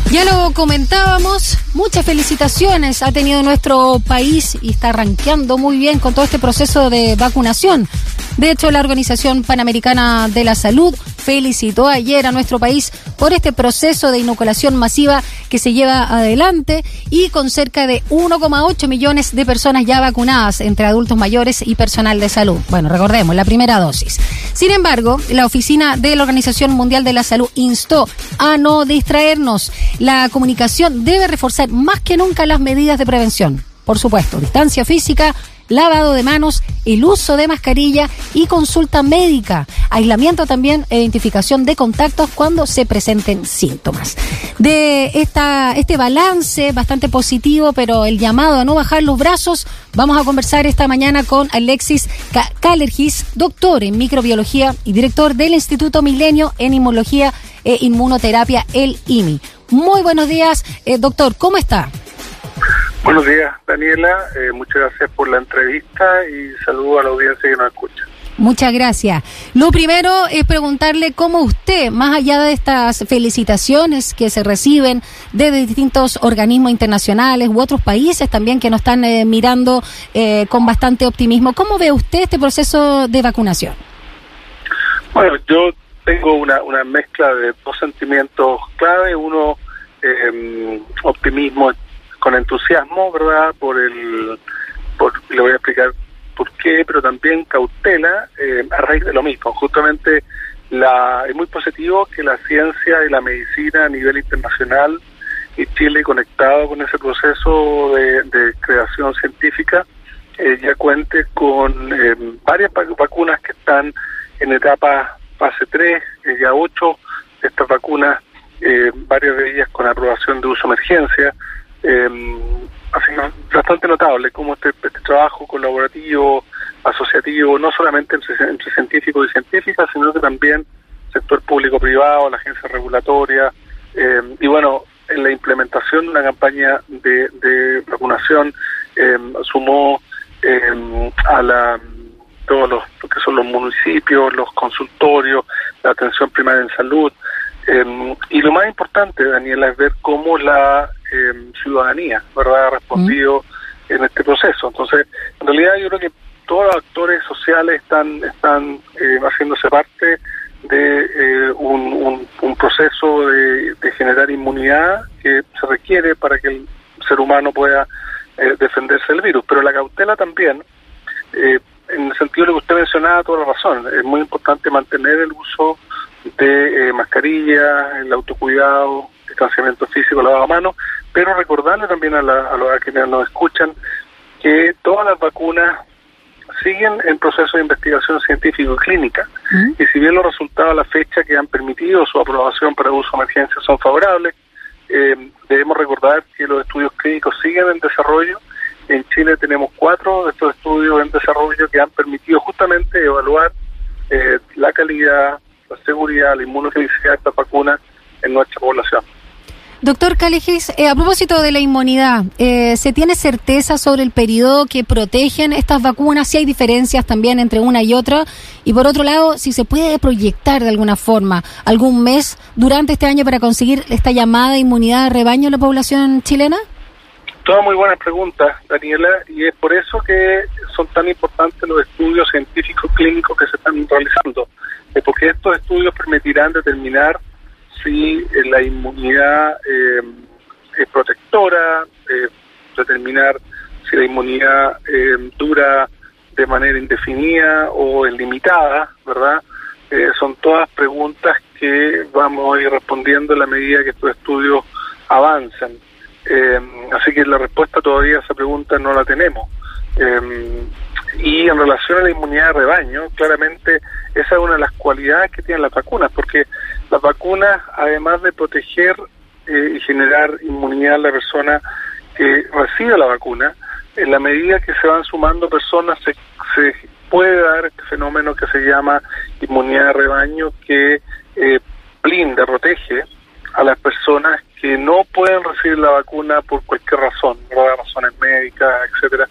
Ya lo comentábamos, muchas felicitaciones ha tenido nuestro país y está rankeando muy bien con todo este proceso de vacunación. De hecho, la Organización Panamericana de la Salud felicitó ayer a nuestro país por este proceso de inoculación masiva que se lleva adelante y con cerca de 1,8 millones de personas ya vacunadas entre adultos mayores y personal de salud. Bueno, recordemos, la primera dosis. Sin embargo, la oficina de la Organización Mundial de la Salud instó a no distraernos. La comunicación debe reforzar más que nunca las medidas de prevención. Por supuesto, distancia física, lavado de manos, el uso de mascarilla y consulta médica, aislamiento también, identificación de contactos cuando se presenten síntomas. De este balance bastante positivo, pero el llamado a no bajar los brazos, vamos a conversar esta mañana con Alexis Kalergis, doctor en microbiología y director del Instituto Milenio en Inmunología e Inmunoterapia, el IMI. Muy buenos días, doctor, ¿cómo está? Buenos días, Daniela. Muchas gracias por la entrevista y saludo a la audiencia que nos escucha. Muchas gracias. Lo primero es preguntarle cómo usted, más allá de estas felicitaciones que se reciben de distintos organismos internacionales u otros países también que nos están mirando con bastante optimismo, ¿cómo ve usted este proceso de vacunación? Bueno, yo tengo una mezcla de dos sentimientos clave. Uno, optimismo con entusiasmo, ¿verdad? Le voy a explicar por qué, pero también cautela a raíz de lo mismo. Justamente es muy positivo que la ciencia y la medicina a nivel internacional y Chile conectado con ese proceso de creación científica ya cuente con varias vacunas que están en etapa fase 3, ya 8 de estas vacunas, varias de ellas con aprobación de uso de emergencia. Así que bastante notable cómo este trabajo colaborativo, asociativo, no solamente entre científicos y científicas, sino que también sector público-privado, la agencia regulatoria, y bueno, en la implementación de una campaña de vacunación sumó a todos los que son los municipios, los consultorios, la atención primaria en salud, y lo más importante, Daniela, es ver cómo la ciudadanía, ¿verdad?, ha respondido en este proceso. Entonces, en realidad yo creo que todos los actores sociales están haciéndose parte de un proceso de generar inmunidad que se requiere para que el ser humano pueda defenderse del virus. Pero la cautela también, en el sentido de lo que usted mencionaba, toda la razón, es muy importante mantener el uso de mascarilla, el autocuidado, distanciamiento físico, lavado de manos, pero recordarle también a quienes nos escuchan que todas las vacunas siguen en proceso de investigación científico y clínica, y si bien los resultados a la fecha que han permitido su aprobación para uso de emergencia son favorables, debemos recordar que los estudios clínicos siguen en desarrollo. En Chile tenemos 4 de estos estudios en desarrollo que han permitido justamente evaluar la calidad, la seguridad, la inmunogenicidad de esta vacuna en nuestra población. Doctor Kalergis, a propósito de la inmunidad, ¿se tiene certeza sobre el periodo que protegen estas vacunas? Si hay diferencias también entre una y otra. Y por otro lado, si se puede proyectar de alguna forma algún mes durante este año para conseguir esta llamada inmunidad de rebaño en la población chilena. Todas muy buenas preguntas, Daniela, y es por eso que son tan importantes los estudios científicos clínicos que se están realizando, porque estos estudios permitirán determinar si la inmunidad es protectora, determinar si la inmunidad dura de manera indefinida o limitada, ¿verdad? Son todas preguntas que vamos a ir respondiendo en la medida que estos estudios avancen. Así que la respuesta todavía a esa pregunta no la tenemos. Y en relación a la inmunidad de rebaño, claramente esa es una de las cualidades que tienen las vacunas, porque las vacunas, además de proteger y generar inmunidad a la persona que recibe la vacuna, en la medida que se van sumando personas se puede dar este fenómeno que se llama inmunidad de rebaño, que blinda, protege a las personas que no pueden recibir la vacuna por cualquier razón, ¿verdad? Razones médicas, etcétera.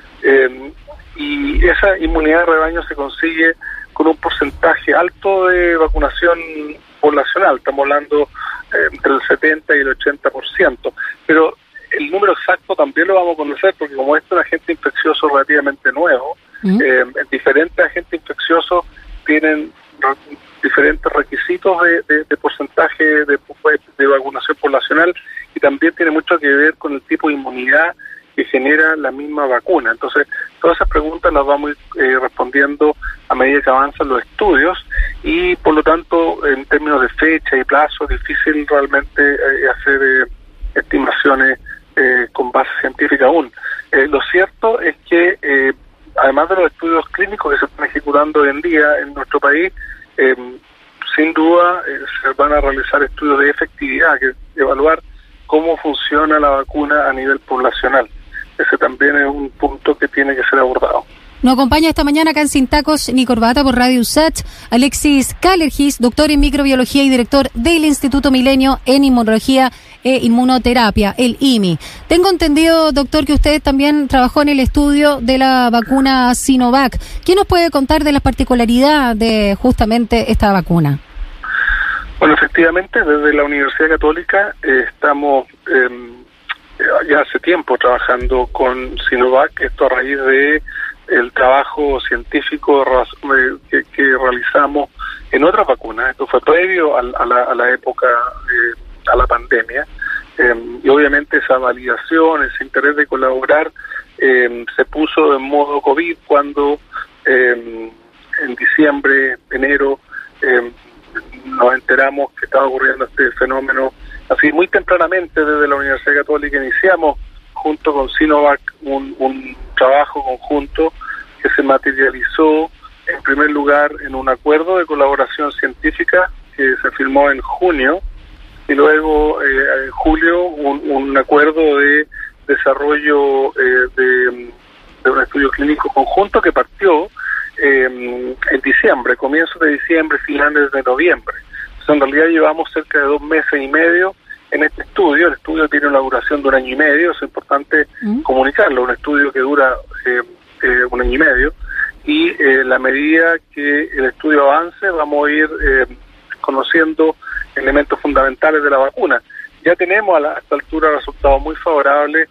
Y esa inmunidad de rebaño se consigue con un porcentaje alto de vacunación poblacional. Estamos hablando entre el 70 y el 80%. Pero el número exacto también lo vamos a conocer, porque como este es un agente infeccioso relativamente nuevo, diferentes agentes infecciosos tienen diferentes requisitos de porcentaje de vacunación poblacional, y también tiene mucho que ver con el tipo de inmunidad que genera la misma vacuna. Entonces, todas esas preguntas las vamos a ir respondiendo a medida que avanzan los estudios, y por lo tanto, en términos de fecha y plazo, es difícil realmente hacer estimaciones con base científica aún. Lo cierto es que, además de los estudios clínicos que se están ejecutando hoy en día en nuestro país, sin duda se van a realizar estudios de efectividad, que es evaluar cómo funciona la vacuna a nivel poblacional. Ese también es un punto que tiene que ser abordado. Nos acompaña esta mañana acá en Sin Tacos ni Corbata por Radio USACH Alexis Calergis, doctor en microbiología y director del Instituto Milenio en Inmunología e Inmunoterapia, el IMI. Tengo entendido, doctor, que usted también trabajó en el estudio de la vacuna Sinovac. ¿Qué nos puede contar de las particularidades de justamente esta vacuna? Bueno, efectivamente, desde la Universidad Católica estamos ya hace tiempo trabajando con Sinovac, esto a raíz de el trabajo científico que realizamos en otras vacunas. Esto fue previo a la época, a la pandemia, y obviamente esa validación, ese interés de colaborar se puso en modo COVID cuando en diciembre, enero, nos enteramos que estaba ocurriendo este fenómeno. Así muy tempranamente desde la Universidad Católica iniciamos junto con Sinovac un trabajo conjunto que se materializó en primer lugar en un acuerdo de colaboración científica que se firmó en junio, y luego en julio un acuerdo de desarrollo de un estudio clínico conjunto que partió en diciembre, comienzos de diciembre, finales de noviembre. Entonces, en realidad llevamos cerca de 2 meses y medio en este estudio. El estudio tiene una duración de 1 año y medio, es importante comunicarlo, un estudio que dura 1 año y medio, y la medida que el estudio avance vamos a ir conociendo elementos fundamentales de la vacuna. Ya tenemos a esta altura resultados muy favorables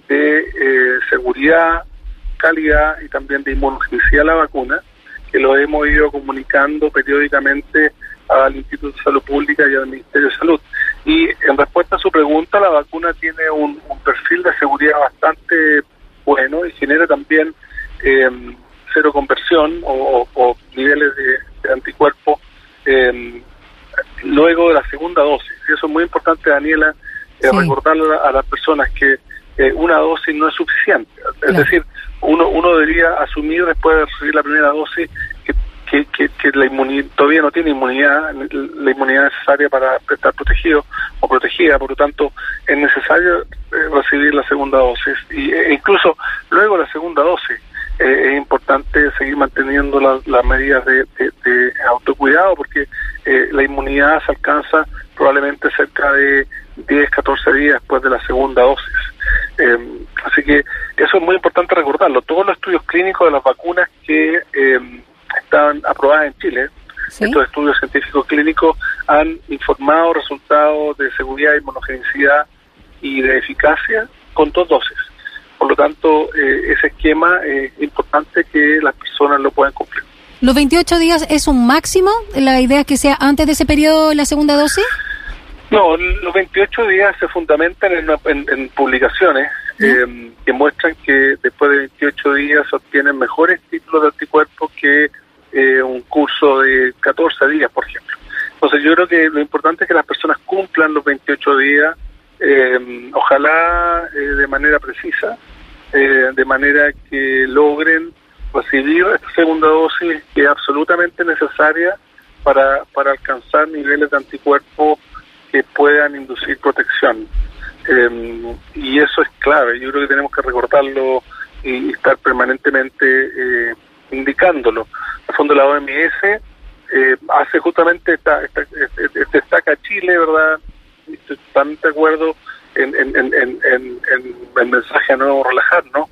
de seguridad, calidad y también de inmunogenicidad de la vacuna, que lo hemos ido comunicando periódicamente al Instituto de Salud Pública y al Ministerio de Salud. Y en respuesta a su pregunta, la vacuna tiene un perfil de seguridad bastante bueno y genera también cero conversión o niveles de anticuerpos luego de la segunda dosis. Y eso es muy importante, Daniela, recordarle a las personas que una dosis no es suficiente. Es decir, uno debería asumir después de recibir la primera dosis que la inmunidad todavía no tiene la inmunidad necesaria para estar protegido o protegida. Por lo tanto, es necesario recibir la segunda dosis, e incluso luego de la segunda dosis es importante seguir manteniendo las medidas de autocuidado, porque la inmunidad se alcanza probablemente cerca de 10, 14 días después de la segunda dosis. Así que eso es muy importante recordarlo. Todos los estudios clínicos de las vacunas que están aprobadas en Chile, estos estudios científicos clínicos han informado resultados de seguridad, inmunogenicidad y de eficacia con 2 dosis. Por lo tanto, ese esquema es importante que las personas lo puedan cumplir. ¿Los 28 días es un máximo? ¿La idea es que sea antes de ese periodo la segunda dosis? No, los 28 días se fundamentan en publicaciones que muestran que después de 28 días se obtienen mejores títulos de anticuerpos que un curso de 14 días, por ejemplo. Entonces yo creo que lo importante es que las personas cumplan los 28 días, ojalá de manera precisa, de manera que logren recibir esta segunda dosis, que es absolutamente necesaria para alcanzar niveles de anticuerpos que puedan inducir protección. Y eso es clave. Yo creo que tenemos que recordarlo y estar permanentemente indicándolo. En el fondo, la OMS hace justamente destaca Chile, ¿verdad? Estoy totalmente de acuerdo en el mensaje a no relajar, ¿no?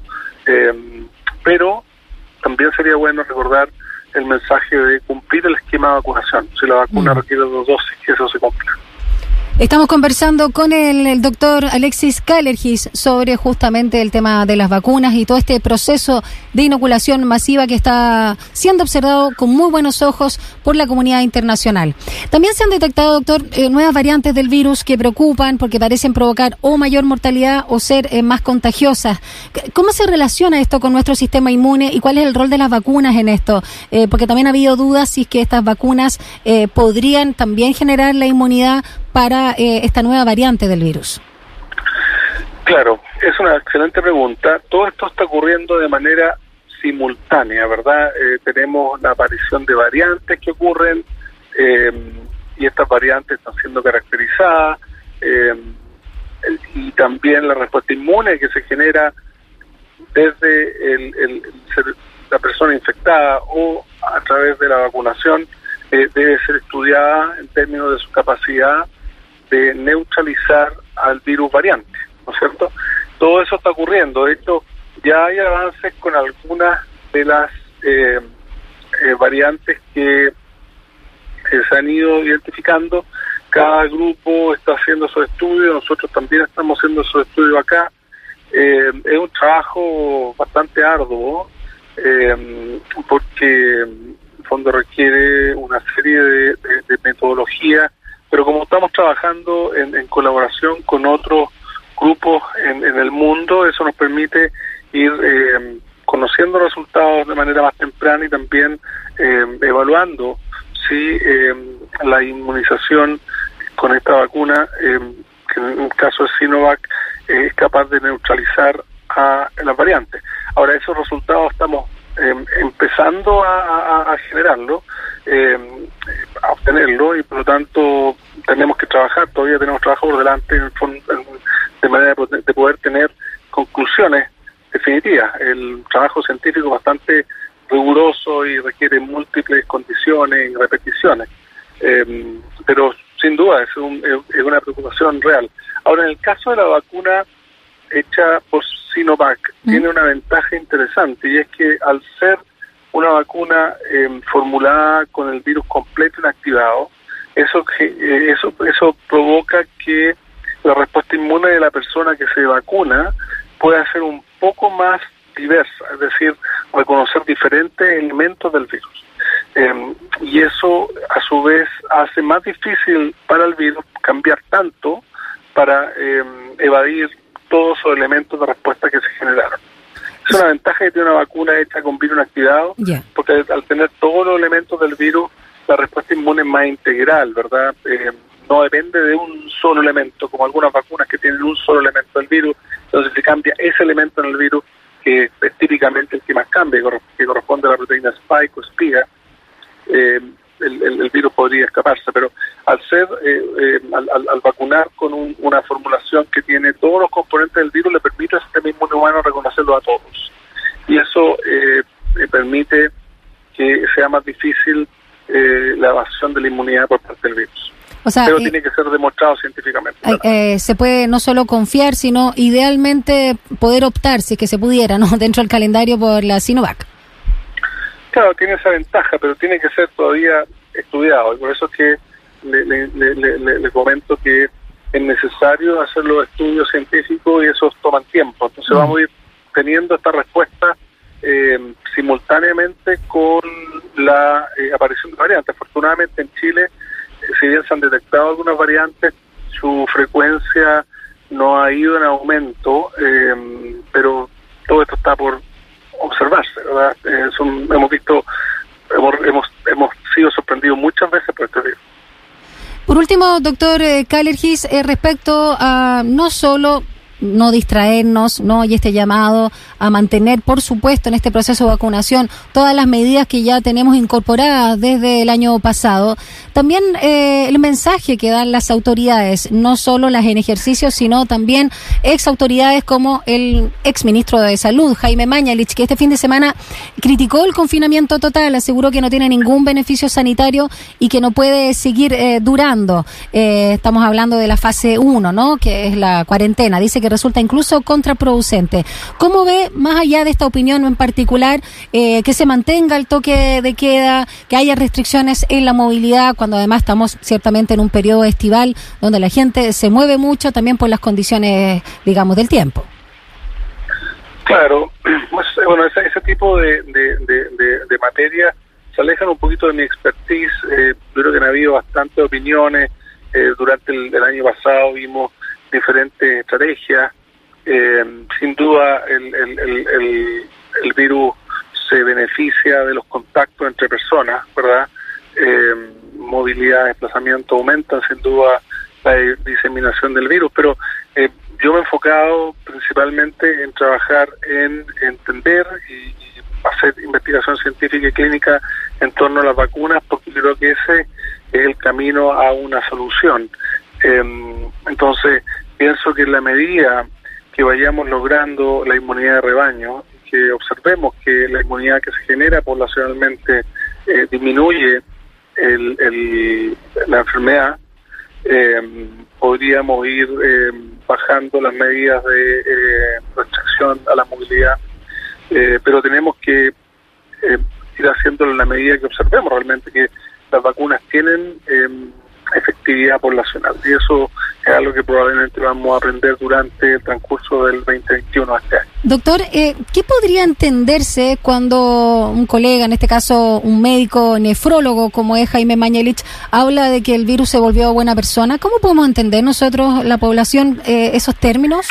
Pero también sería bueno recordar el mensaje de cumplir el esquema de vacunación. Si la vacuna requiere 2 dosis, que eso se cumpla. Estamos conversando con el doctor Alexis Kalergis sobre justamente el tema de las vacunas y todo este proceso de inoculación masiva que está siendo observado con muy buenos ojos por la comunidad internacional. También se han detectado, doctor, nuevas variantes del virus que preocupan porque parecen provocar o mayor mortalidad o ser más contagiosas. ¿Cómo se relaciona esto con nuestro sistema inmune y cuál es el rol de las vacunas en esto? Porque también ha habido dudas si es que estas vacunas podrían también generar la inmunidad para esta nueva variante del virus. Claro, es una excelente pregunta. Todo esto está ocurriendo de manera simultánea, ¿verdad? Tenemos la aparición de variantes que ocurren y estas variantes están siendo caracterizadas y también la respuesta inmune que se genera desde la persona infectada o a través de la vacunación debe ser estudiada en términos de su capacidad de neutralizar al virus variante, ¿no es cierto? Todo eso está ocurriendo. De hecho, ya hay avances con algunas de las variantes que se han ido identificando. Cada grupo está haciendo su estudio, nosotros también estamos haciendo su estudio acá. Es un trabajo bastante arduo porque en el fondo requiere una serie de metodologías, pero como estamos trabajando en colaboración con otros grupos en el mundo, eso nos permite ir conociendo resultados de manera más temprana y también evaluando si la inmunización con esta vacuna, que en el caso de Sinovac, es capaz de neutralizar a las variantes. Ahora, esos resultados estamos empezando a generarlo, a obtenerlo, y por lo tanto tenemos que trabajar, todavía tenemos trabajo por delante de manera de poder tener conclusiones definitivas. El trabajo científico es bastante riguroso y requiere múltiples condiciones y repeticiones, pero sin duda es una preocupación real. Ahora, en el caso de la vacuna hecha por Sinovac, tiene una ventaja interesante, y es que al ser una vacuna formulada con el virus completo inactivado, eso provoca que la respuesta inmune de la persona que se vacuna pueda ser un poco más diversa, es decir, reconocer diferentes elementos del virus. Y eso, a su vez, hace más difícil para el virus cambiar tanto para evadir todos esos elementos de respuesta que se generaron. Es una ventaja que tiene una vacuna hecha con virus inactivado, porque al tener todos los elementos del virus, la respuesta inmune es más integral, ¿verdad? No depende de un solo elemento, como algunas vacunas que tienen un solo elemento del virus. Entonces se cambia ese elemento en el virus, que es típicamente el que más cambia, que corresponde a la proteína spike o espiga. El virus podría escaparse, pero al vacunar con una formulación que tiene todos los componentes del virus, le permite al sistema inmune humano reconocerlo a todos, y eso permite que sea más difícil la evasión de la inmunidad por parte del virus. O sea, pero tiene que ser demostrado científicamente. Se puede no solo confiar, sino idealmente poder optar, si es que se pudiera, ¿no?, dentro del calendario por la Sinovac. Claro, tiene esa ventaja, pero tiene que ser todavía estudiado, y por eso es que le comento que es necesario hacer los estudios científicos y esos toman tiempo. Entonces vamos a ir teniendo esta respuesta simultáneamente con la aparición de variantes. Afortunadamente en Chile, si bien se han detectado algunas variantes, su frecuencia no ha ido en aumento, pero todo esto está por observarse, ¿verdad? Hemos sido sorprendidos muchas veces por este virus. Por último, doctor Kalergis, respecto a no solo no distraernos, ¿no?, y este llamado a mantener, por supuesto, en este proceso de vacunación todas las medidas que ya tenemos incorporadas desde el año pasado. También el mensaje que dan las autoridades, no solo las en ejercicio, sino también ex autoridades como el ex ministro de Salud, Jaime Mañalich, que este fin de semana criticó el confinamiento total, aseguró que no tiene ningún beneficio sanitario y que no puede seguir durando. Estamos hablando de la fase 1, ¿no?, que es la cuarentena. Dice que que resulta incluso contraproducente. ¿Cómo ve, más allá de esta opinión en particular, que se mantenga el toque de queda, que haya restricciones en la movilidad, cuando además estamos ciertamente en un periodo estival donde la gente se mueve mucho también por las condiciones, digamos, del tiempo? Claro, bueno, ese tipo de materia se alejan un poquito de mi expertise. Creo que han habido bastantes opiniones. Durante el año pasado vimos diferentes estrategias. Sin duda el virus se beneficia de los contactos entre personas, ¿verdad? Movilidad, desplazamiento aumentan sin duda la diseminación del virus, pero yo me he enfocado principalmente en trabajar en entender y hacer investigación científica y clínica en torno a las vacunas, porque creo que ese es el camino a una solución. Entonces, pienso que en la medida que vayamos logrando la inmunidad de rebaño, que observemos que la inmunidad que se genera poblacionalmente disminuye la enfermedad, podríamos ir bajando las medidas de restricción a la movilidad, pero tenemos que ir haciéndolo en la medida que observemos realmente que las vacunas tienen efectividad poblacional, y eso es algo que probablemente vamos a aprender durante el transcurso del 2021 este año. Doctor, ¿qué podría entenderse cuando un colega, en este caso un médico nefrólogo como es Jaime Mañalich, habla de que el virus se volvió buena persona? ¿Cómo podemos entender nosotros, la población, esos términos?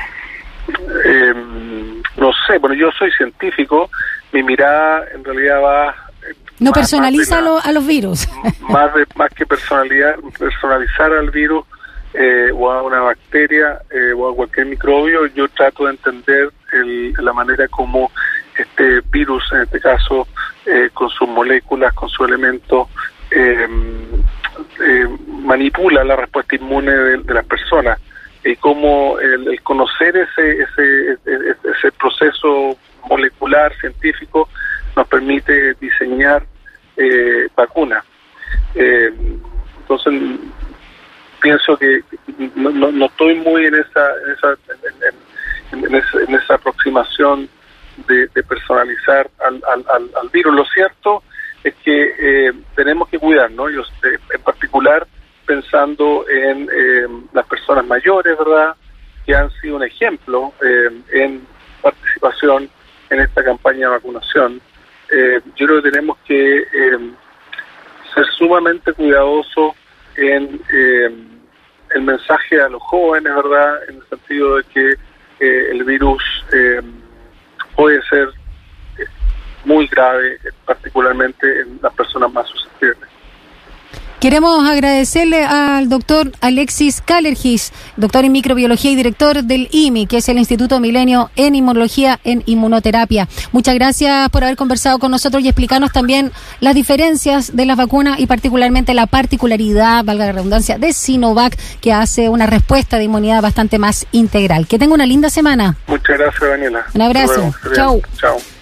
No sé, bueno, yo soy científico, mi mirada en realidad va... No personaliza a los virus. Más que personalizar al virus o a una bacteria o a cualquier microbio, yo trato de entender la manera como este virus, en este caso, con sus moléculas, con sus elementos, manipula la respuesta inmune de las personas, y cómo el conocer ese proceso molecular científico nos permite diseñar vacunas. Entonces pienso que no estoy muy en esa aproximación de personalizar al virus. Lo cierto es que tenemos que cuidarnos, yo en particular pensando en las personas mayores, ¿verdad?, que han sido un ejemplo en participación en esta campaña de vacunación. Yo creo que tenemos que ser sumamente cuidadosos en el mensaje a los jóvenes, ¿verdad?, en el sentido de que el virus puede ser muy grave, particularmente en las personas más susceptibles. Queremos agradecerle al doctor Alexis Kalergis, doctor en microbiología y director del IMI, que es el Instituto Milenio en Inmunología en Inmunoterapia. Muchas gracias por haber conversado con nosotros y explicarnos también las diferencias de las vacunas y particularmente la particularidad, valga la redundancia, de Sinovac, que hace una respuesta de inmunidad bastante más integral. Que tenga una linda semana. Muchas gracias, Daniela. Un abrazo. Chau. Chao.